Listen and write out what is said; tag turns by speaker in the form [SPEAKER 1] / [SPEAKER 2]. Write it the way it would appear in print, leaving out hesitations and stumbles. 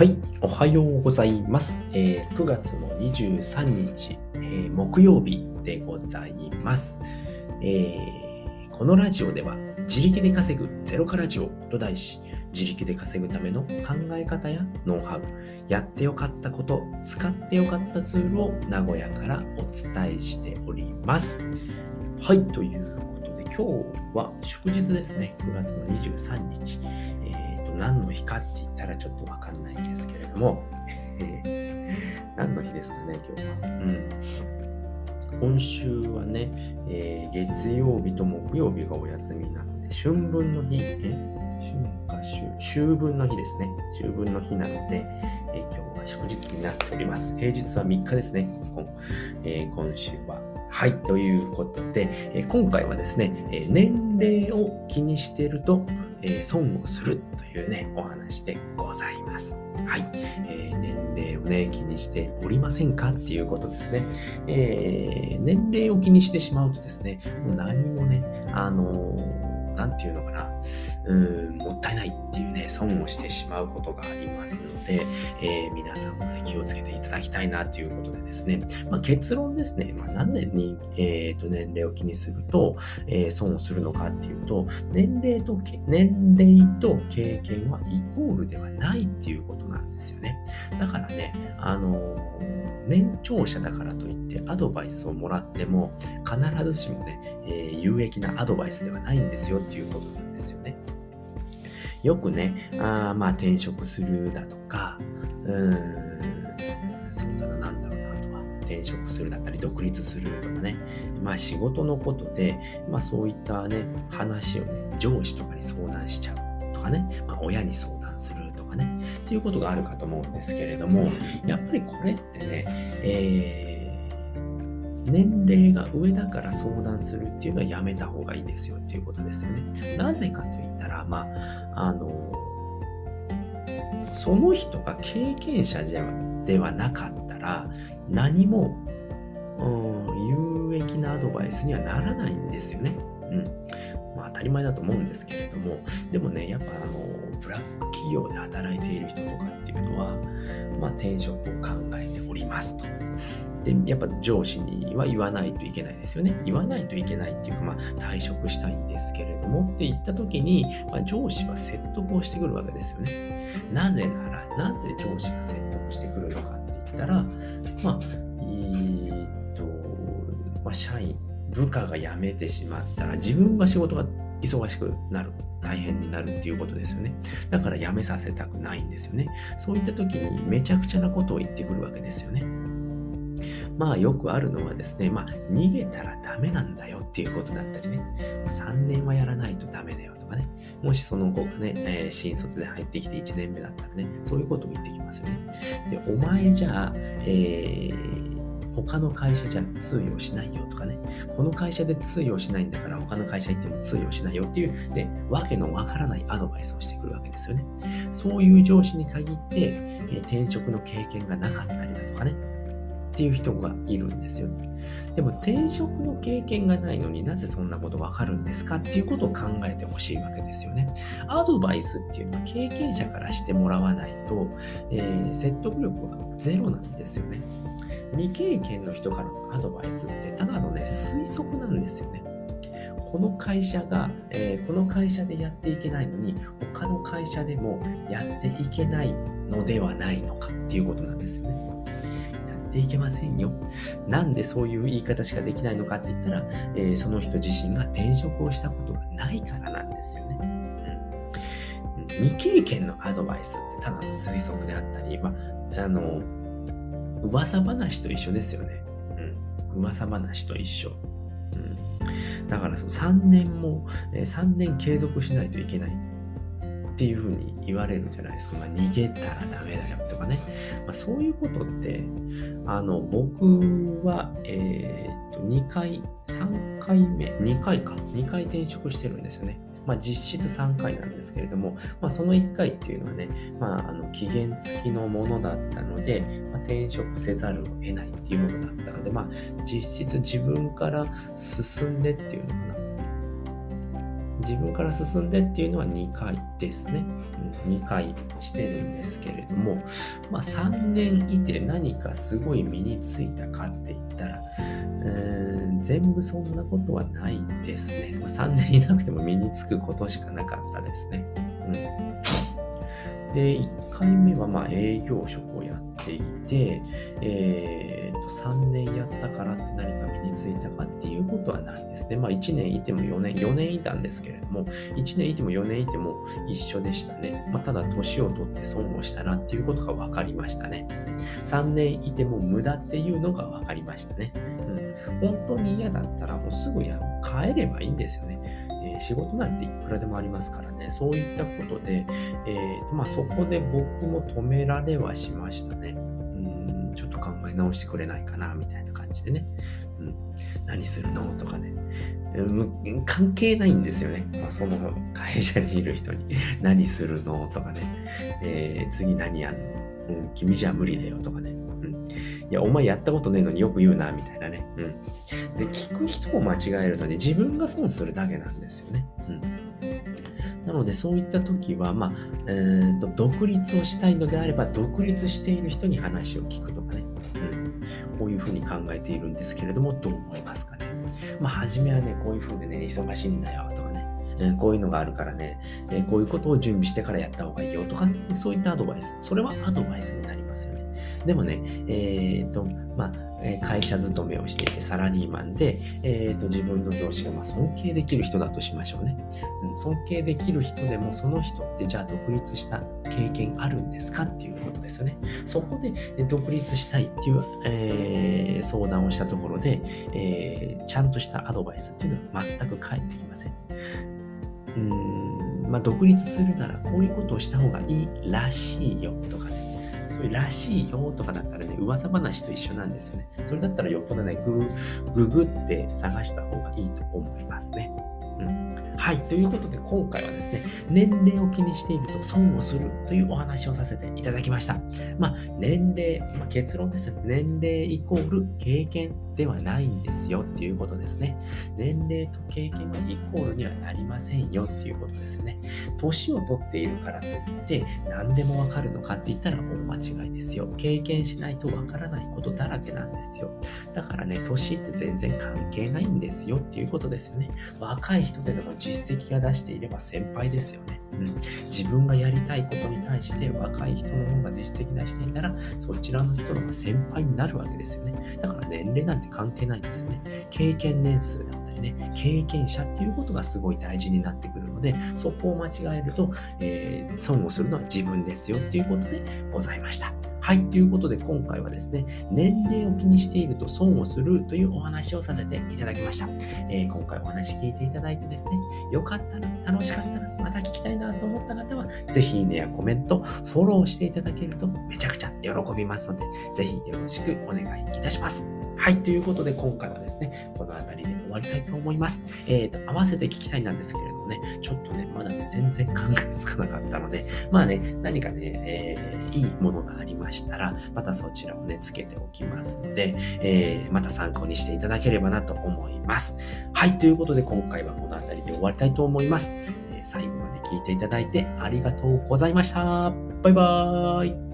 [SPEAKER 1] はい、おはようございます。9月の23日、木曜日でございます。このラジオでは自力で稼ぐゼロからラジオと題し、自力で稼ぐための考え方やノウハウ、やってよかったこと、使ってよかったツールを名古屋からお伝えしております。はい、ということで今日は祝日ですね。9月の23日。何の日かって言ったらちょっとわかんないんですけれども、何の日ですかね、今日は。今週はね、月曜日と木曜日がお休みなので、春分の日、秋分の日ですね。秋分の日なので、今日は祝日になっております。平日は3日ですね、今週は。はい、ということで、今回はですね、年齢を気にしていると、損をするというね、お話でございます。はい、年齢をね、気にしておりませんかっていうことですね。年齢を気にしてしまうとですね、もう何もね、なんていうのかな、もったいないっていうね、損をしてしまうことがありますので、皆さんもね、気をつけていただきたいなということでですね、結論ですね、何年に、年齢を気にすると、損をするのかっていうと、年齢と経験はイコールではないっていうことなんですよね。だからね、年長者だからといってアドバイスをもらっても必ずしもね、有益なアドバイスではないんですよっていうことなんですよね。よくね、転職するだとか、そうだな、なんだろうな、あとは転職するだったり独立するとかね、仕事のことで、そういったね、話をね、上司とかに相談しちゃうとかね、親に相談するとかね、っていうことがあるかと思うんですけれども、やっぱりこれってね、年齢が上だから相談するっていうのはやめた方がいいですよっていうことですよね。なぜかといったら、その人が経験者ではなかったら何も有益なアドバイスにはならないんですよね。当たり前だと思うんですけれども、でもね、やっぱブラック企業で働いている人とかっていうのは、転職を考えておりますと。で、やっぱ上司には言わないといけないですよね。言わないといけないっていうか、退職したいんですけれどもって言った時に、上司は説得をしてくるわけですよね。なぜ上司が説得してくるのかって言ったら、部下が辞めてしまったら自分が仕事が忙しくなる、大変になるっていうことですよね。だから辞めさせたくないんですよね。そういった時にめちゃくちゃなことを言ってくるわけですよね。よくあるのはですね、逃げたらダメなんだよっていうことだったりね、3年はやらないとダメだよとかね、もしその子がね、新卒で入ってきて1年目だったらね、そういうことを言ってきますよね。で、お前じゃあ、他の会社じゃ通用しないよとかね、この会社で通用しないんだから他の会社行っても通用しないよっていうね、わけのわからないアドバイスをしてくるわけですよね。そういう上司に限って、転職の経験がなかったりだとかね、っていう人がいるんですよね。でも転職の経験がないのになぜそんなことわかるんですかっていうことを考えてほしいわけですよね。アドバイスっていうのは経験者からしてもらわないと、説得力はゼロなんですよね。未経験の人からのアドバイスってただのね、推測なんですよね。この会社が、この会社でやっていけないのに他の会社でもやっていけないのではないのかっていうことなんですよね。やっていけませんよ。なんでそういう言い方しかできないのかって言ったら、その人自身が転職をしたことがないからなんですよね。未経験のアドバイスってただの推測であったり、噂話と一緒ですよね。噂話と一緒。だから3年継続しないといけないっていうふうに言われるじゃないですか。逃げたらダメだよとかね。そういうことって、僕は、2回転職してるんですよね。実質3回なんですけれども、その1回っていうのはね、期限付きのものだったので、転職せざるを得ないっていうものだったので、実質自分から進んでっていうのかな。 自分から進んでっていうのは2回ですね。2回してるんですけれども、3年いて何かすごい身についたかって言ったら、全部そんなことはないですね。3年いなくても身につくことしかなかったですね。で、1回目は営業職をやっていて、3年やったからって何か身についたかっていうことはないですね。1年いても4年いたんですけれども、1年いても4年いても一緒でしたね。ただ年を取って損をしたなっていうことが分かりましたね。3年いても無駄っていうのが分かりましたね。本当に嫌だったらもうすぐ帰ればいいんですよね。仕事なんていくらでもありますからね。そういったことで、そこで僕も止められはしましたね。ちょっと考え直してくれないかなみたいな感じでね。何するのとかね。関係ないんですよね。その会社にいる人に何するのとかね。次何やんの、君じゃ無理だよとかね。いや、お前やったことねえのによく言うな、みたいなね。で、聞く人を間違えるとね、自分が損するだけなんですよね。なので、そういった時は、独立をしたいのであれば、独立している人に話を聞くとかね。こういうふうに考えているんですけれども、どう思いますかね。初めはね、こういうふうでね、忙しいんだよ、とかね。こういうのがあるからね、こういうことを準備してからやった方がいいよとか、そういったアドバイス。それはアドバイスになりますよね。でもね、会社勤めをしていてサラリーマンで、自分の上司が尊敬できる人だとしましょうね。尊敬できる人でもその人ってじゃあ独立した経験あるんですかっていうことですよね。そこで独立したいっていう、相談をしたところで、ちゃんとしたアドバイスっていうのは全く返ってきません。独立するならこういうことをした方がいいらしいよとかね。そういうらしいよとかだったらね、噂話と一緒なんですよね。それだったらよっぽどね、ググって探した方がいいと思いますね。はい。ということで、今回はですね、年齢を気にしていると損をするというお話をさせていただきました。年齢、結論ですね。年齢イコール経験ではないんですよっていうことですね。年齢と経験はイコールにはなりませんよっていうことですよね。年を取っているからといって何でもわかるのかって言ったら大間違いですよ。経験しないとわからないことだらけなんですよ。だからね、年って全然関係ないんですよっていうことですよね。若い人でも実績が出していれば先輩ですよね。自分がやりたいことに対して若い人の方が実績出していたらそちらの人の方が先輩になるわけですよね。だから年齢なんて関係ないんですよね。経験年数だったりね、経験者っていうことがすごい大事になってくるので、そこを間違えると、損をするのは自分ですよっていうことでございました。はい。ということで今回はですね、年齢を気にしていると損をするというお話をさせていただきました。今回お話聞いていただいてですね、よかったら、楽しかったら、また聞きたいなと思った方は、ぜひいいねやコメント、フォローしていただけるとめちゃくちゃ喜びますので、ぜひよろしくお願いいたします。はい。ということで今回はですね、この辺りで終わりたいと思います。合わせて聞きたいなんですけれどもね、ちょっとね、まだね、全然考えつかなかったので、何かね、いいものがありましたら、またそちらをね、つけておきますので、また参考にしていただければなと思います。はい。ということで今回はこの辺りで終わりたいと思います。最後まで聞いていただいてありがとうございました。バイバーイ。